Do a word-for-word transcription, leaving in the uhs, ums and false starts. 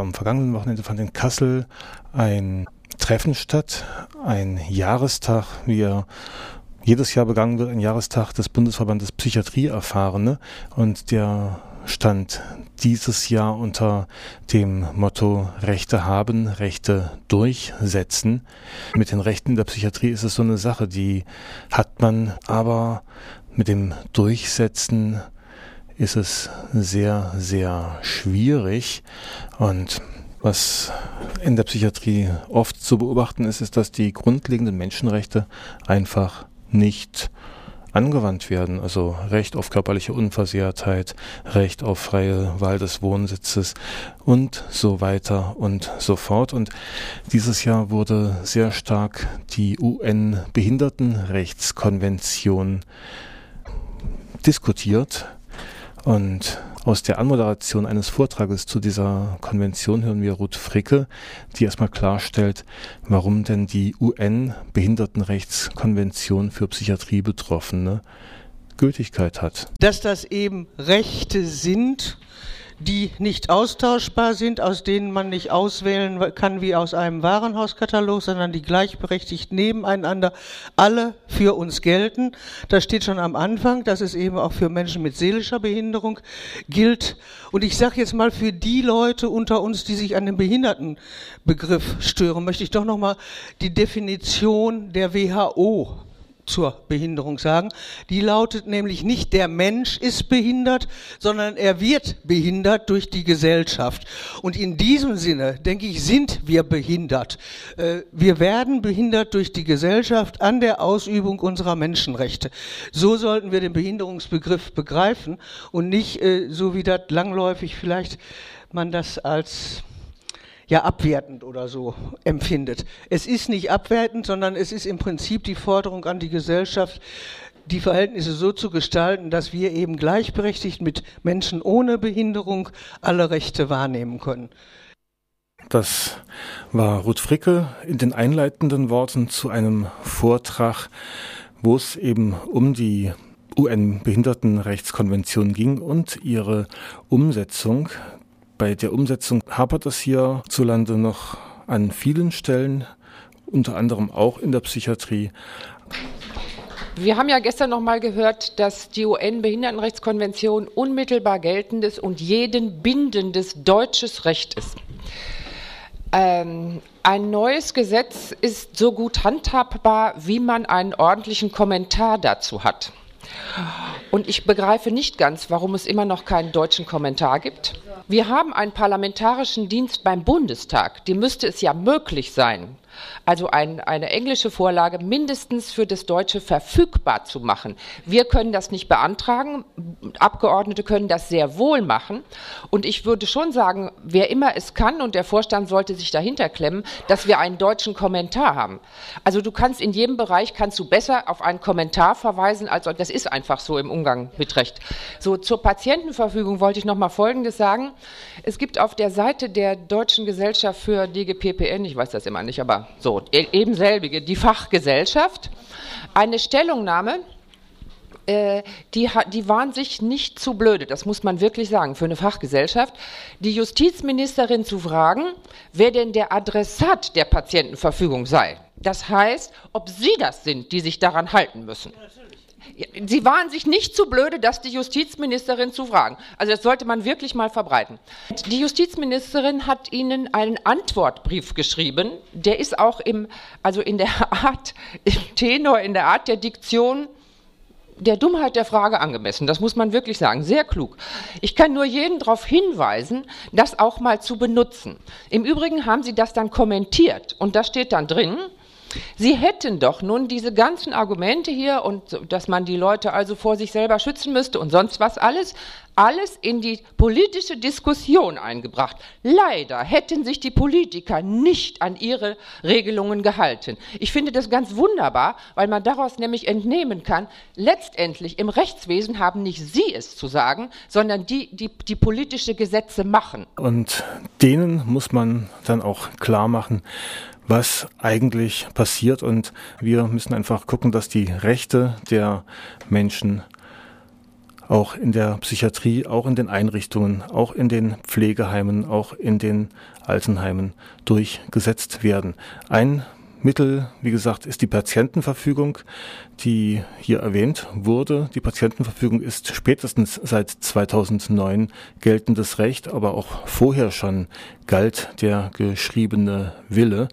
am vergangenen Wochenende fand in Kassel ein Treffen statt, ein Jahrestag, wie er jedes Jahr begangen wird, ein Jahrestag des Bundesverbandes Psychiatrie-Erfahrene, und der stand dieses Jahr unter dem Motto Rechte haben, Rechte durchsetzen. Mit den Rechten in der Psychiatrie ist es so eine Sache, die hat man, aber mit dem Durchsetzen ist es sehr, sehr schwierig. Und was in der Psychiatrie oft zu beobachten ist, ist, dass die grundlegenden Menschenrechte einfach nicht angewandt werden. Also Recht auf körperliche Unversehrtheit, Recht auf freie Wahl des Wohnsitzes und so weiter und so fort. Und dieses Jahr wurde sehr stark die U N-Behindertenrechtskonvention diskutiert. Und aus der Anmoderation eines Vortrages zu dieser Konvention hören wir Ruth Fricke, die erstmal klarstellt, warum denn die U N-Behindertenrechtskonvention für Psychiatriebetroffene Gültigkeit hat. Dass das eben Rechte sind, die nicht austauschbar sind, aus denen man nicht auswählen kann wie aus einem Warenhauskatalog, sondern die gleichberechtigt nebeneinander alle für uns gelten. Das steht schon am Anfang, dass es eben auch für Menschen mit seelischer Behinderung gilt. Und ich sage jetzt mal, für die Leute unter uns, die sich an dem Behindertenbegriff stören, möchte ich doch nochmal die Definition der W H O zur Behinderung sagen. Die lautet nämlich nicht, der Mensch ist behindert, sondern er wird behindert durch die Gesellschaft. Und in diesem Sinne, denke ich, sind wir behindert. Wir werden behindert durch die Gesellschaft an der Ausübung unserer Menschenrechte. So sollten wir den Behinderungsbegriff begreifen und nicht so wie das langläufig vielleicht man das als ja abwertend oder so empfindet. Es ist nicht abwertend, sondern es ist im Prinzip die Forderung an die Gesellschaft, die Verhältnisse so zu gestalten, dass wir eben gleichberechtigt mit Menschen ohne Behinderung alle Rechte wahrnehmen können. Das war Ruth Fricke in den einleitenden Worten zu einem Vortrag, wo es eben um die U N-Behindertenrechtskonvention ging und ihre Umsetzung. Bei der Umsetzung hapert es hierzulande noch an vielen Stellen, unter anderem auch in der Psychiatrie. Wir haben ja gestern noch mal gehört, dass die U N-Behindertenrechtskonvention unmittelbar geltendes und jeden bindendes deutsches Recht ist. Ähm, ein neues Gesetz ist so gut handhabbar, wie man einen ordentlichen Kommentar dazu hat. Und ich begreife nicht ganz, warum es immer noch keinen deutschen Kommentar gibt. Wir haben einen parlamentarischen Dienst beim Bundestag, dem müsste es ja möglich sein, also ein, eine englische Vorlage mindestens für das Deutsche verfügbar zu machen. Wir können das nicht beantragen, Abgeordnete können das sehr wohl machen. Und ich würde schon sagen, wer immer es kann, und der Vorstand sollte sich dahinter klemmen, dass wir einen deutschen Kommentar haben. Also du kannst in jedem Bereich, kannst du besser auf einen Kommentar verweisen, als das ist einfach so im Umgang mit Recht. So, zur Patientenverfügung wollte ich noch mal Folgendes sagen. Es gibt auf der Seite der Deutschen Gesellschaft für D G P P N, ich weiß das immer nicht, aber so, eben selbige, die Fachgesellschaft, eine Stellungnahme, äh, die, die waren sich nicht zu blöde, das muss man wirklich sagen, für eine Fachgesellschaft, die Justizministerin zu fragen, wer denn der Adressat der Patientenverfügung sei. Das heißt, ob sie das sind, die sich daran halten müssen. Sie waren sich nicht zu blöde, das die Justizministerin zu fragen. Also das sollte man wirklich mal verbreiten. Die Justizministerin hat Ihnen einen Antwortbrief geschrieben. Der ist auch im, also in der Art, im Tenor, in der Art der Diktion der Dummheit der Frage angemessen. Das muss man wirklich sagen. Sehr klug. Ich kann nur jeden darauf hinweisen, das auch mal zu benutzen. Im Übrigen haben Sie das dann kommentiert und da steht dann drin, Sie hätten doch nun diese ganzen Argumente hier und dass man die Leute also vor sich selber schützen müsste und sonst was alles, alles in die politische Diskussion eingebracht. Leider hätten sich die Politiker nicht an ihre Regelungen gehalten. Ich finde das ganz wunderbar, weil man daraus nämlich entnehmen kann, letztendlich im Rechtswesen haben nicht Sie es zu sagen, sondern die, die, die politische Gesetze machen. Und denen muss man dann auch klar machen, was eigentlich passiert, und wir müssen einfach gucken, dass die Rechte der Menschen auch in der Psychiatrie, auch in den Einrichtungen, auch in den Pflegeheimen, auch in den Altenheimen durchgesetzt werden. Ein Mittel, wie gesagt, ist die Patientenverfügung, die hier erwähnt wurde. Die Patientenverfügung ist spätestens seit zweitausendneun geltendes Recht, aber auch vorher schon galt der geschriebene Wille.